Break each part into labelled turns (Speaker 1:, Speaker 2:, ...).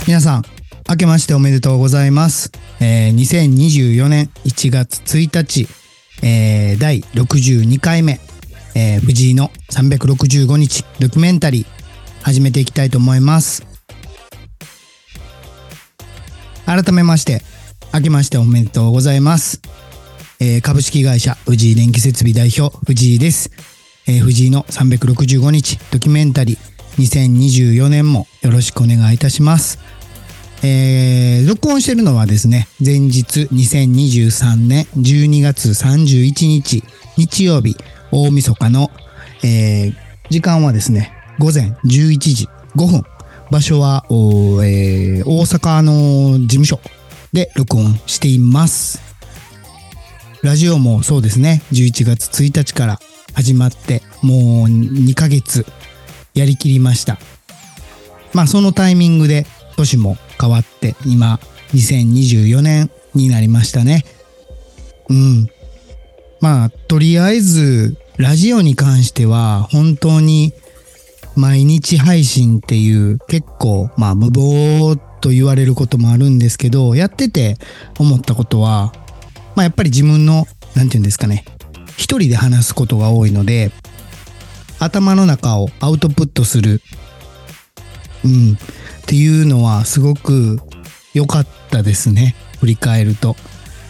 Speaker 1: 皆さん、明けましておめでとうございます。2024年1月1日、第62回目、藤井の365日ドキュメンタリー始めていきたいと思います。改めまして、明けましておめでとうございます。株式会社藤井電気設備代表藤井です。藤井の365日ドキュメンタリー2024年もよろしくお願いいたします。録音してるのはですね、前日2023年12月31日日曜日大晦日の、時間はですね、午前11時5分。場所は、大阪の事務所で録音しています。ラジオもそうですね、11月1日から始まってもう2ヶ月やりきりました。まあそのタイミングで年も変わって今2024年になりましたね。まあとりあえずラジオに関しては本当に毎日配信っていう結構無謀と言われることもあるんですけど、やってて思ったことはやっぱり自分のなんていうんですかね、一人で話すことが多いので頭の中をアウトプットするっていうのはすごく良かったですね。振り返ると。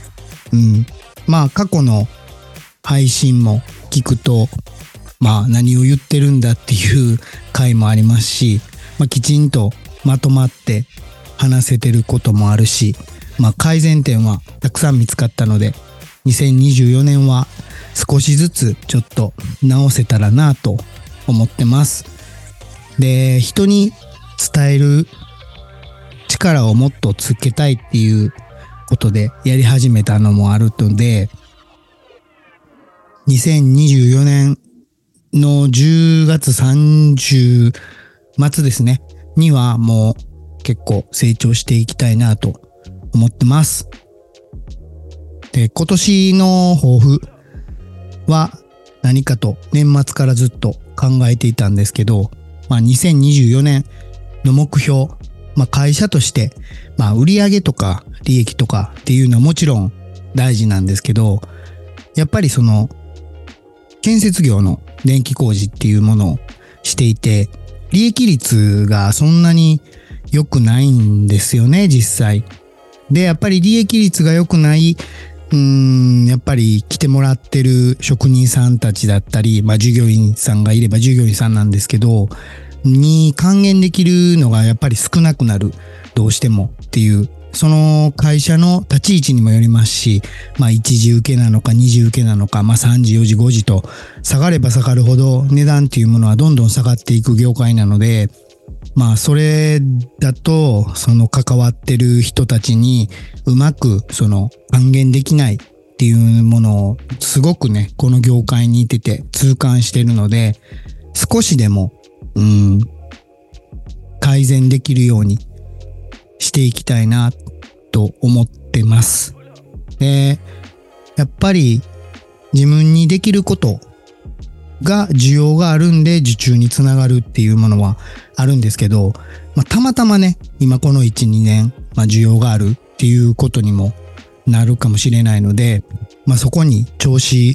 Speaker 1: 過去の配信も聞くと、何を言ってるんだっていう回もありますし、きちんとまとまって話せてることもあるし、改善点はたくさん見つかったので、2024年は少しずつちょっと直せたらなと思ってます。で、人に伝える力をもっとつけたいっていうことでやり始めたのもあるので、2024年の10月30末ですねにはもう結構成長していきたいなと思ってます。で、今年の抱負は何かと年末からずっと考えていたんですけど、2024年の目標、会社として、売上とか利益とかっていうのはもちろん大事なんですけど、やっぱりその建設業の電気工事っていうものをしていて、利益率がそんなに良くないんですよね、実際。で、やっぱり利益率が良くない、やっぱり来てもらってる職人さんたちだったり、従業員さんがいれば従業員さんなんですけど、に還元できるのがやっぱり少なくなる。どうしてもっていう、その会社の立ち位置にもよりますし、1次受けなのか2次受けなのか、3次4次5次と下がれば下がるほど値段っていうものはどんどん下がっていく業界なので、それだとその関わってる人たちにうまくその還元できないっていうものをすごくね、この業界にいてて痛感してるので、少しでも改善できるようにしていきたいなと思ってます。で、やっぱり自分にできることが需要があるんで受注につながるっていうものはあるんですけど、たまたまね、今この 1,2 年、需要があるっていうことにもなるかもしれないので、そこに調子、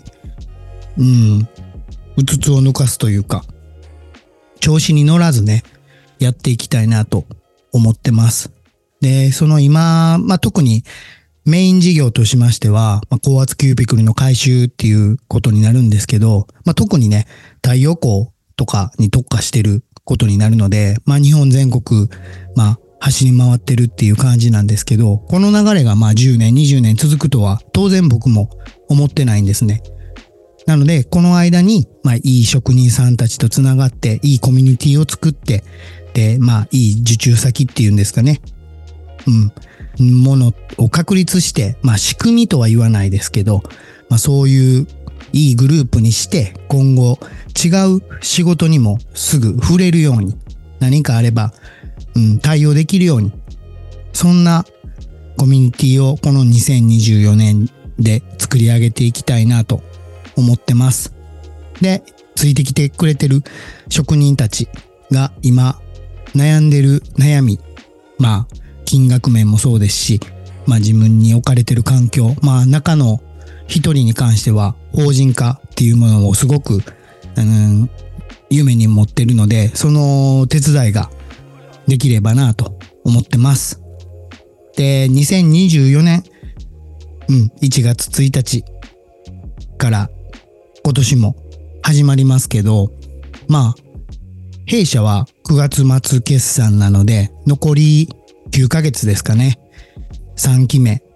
Speaker 1: うつつを抜かすというか、調子に乗らずね、やっていきたいなと思ってます。で、その今、特にメイン事業としましては、高圧キュービクルの回収っていうことになるんですけど、特にね、太陽光とかに特化してることになるので、日本全国、走り回ってるっていう感じなんですけど、この流れが10年、20年続くとは当然僕も思ってないんですね。なので、この間に、いい職人さんたちとつながって、いいコミュニティを作って、で、いい受注先っていうんですかね。ものを確立して、仕組みとは言わないですけど、そういういいグループにして、今後違う仕事にもすぐ触れるように、何かあれば、対応できるように、そんなコミュニティをこの2024年で作り上げていきたいなと思ってます。で、ついてきてくれてる職人たちが今悩んでる悩み、 まあ、金額面もそうですし、まあ自分に置かれてる環境、まあ中の一人に関しては法人化っていうものをすごく、夢に持ってるので、その手伝いができればなと思ってます。で、2024年、1月1日から今年も始まりますけど、まあ、弊社は9月末決算なので、残り9ヶ月ですかね。3期目。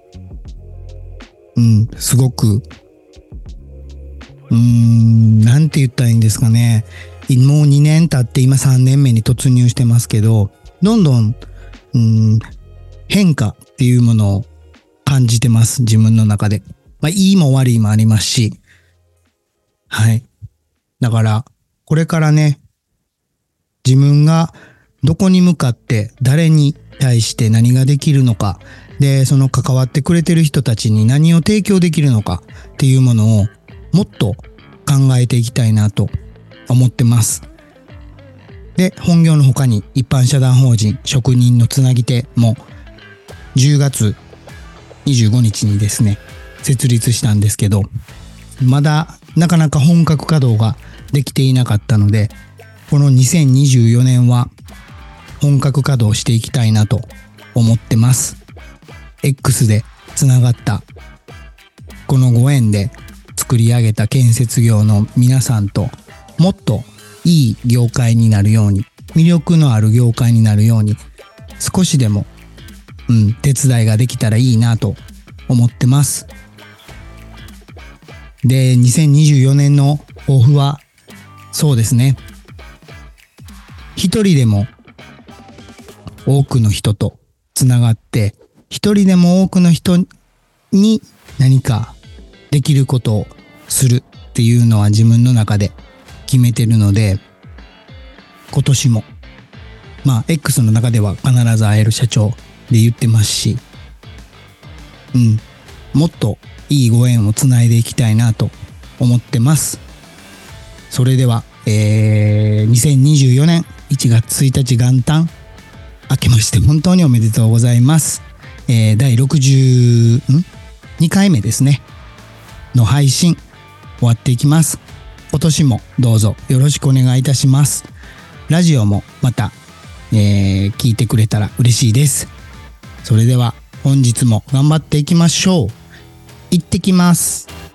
Speaker 1: すごく、なんて言ったらいいんですかね。もう2年経って今3年目に突入してますけど、どんどん、変化っていうものを感じてます。自分の中で。まあ、いいも悪いもありますし。はい。だから、これからね、自分がどこに向かって誰に対して何ができるのか、で、その関わってくれてる人たちに何を提供できるのかっていうものをもっと考えていきたいなと思ってます。で、本業の他に一般社団法人職人のつなぎ手も10月25日にですね、設立したんですけど、まだなかなか本格稼働ができていなかったので、この2024年は本格稼働していきたいなと思ってます。X でつながったこのご縁で作り上げた建設業の皆さんともっといい業界になるように、魅力のある業界になるように少しでも手伝いができたらいいなと思ってます。で、2024年の抱負はそうですね。一人でも多くの人とつながって、一人でも多くの人に何かできることをするっていうのは自分の中で決めてるので、今年もまあ X の中では必ず会える社長で言ってますし、もっといいご縁をつないでいきたいなと思ってます。それでは、2024年1月1日元旦明けまして本当におめでとうございます。第62回目ですねの配信終わっていきます。今年もどうぞよろしくお願いいたします。ラジオもまた、聞いてくれたら嬉しいです。それでは本日も頑張っていきましょう。行ってきます。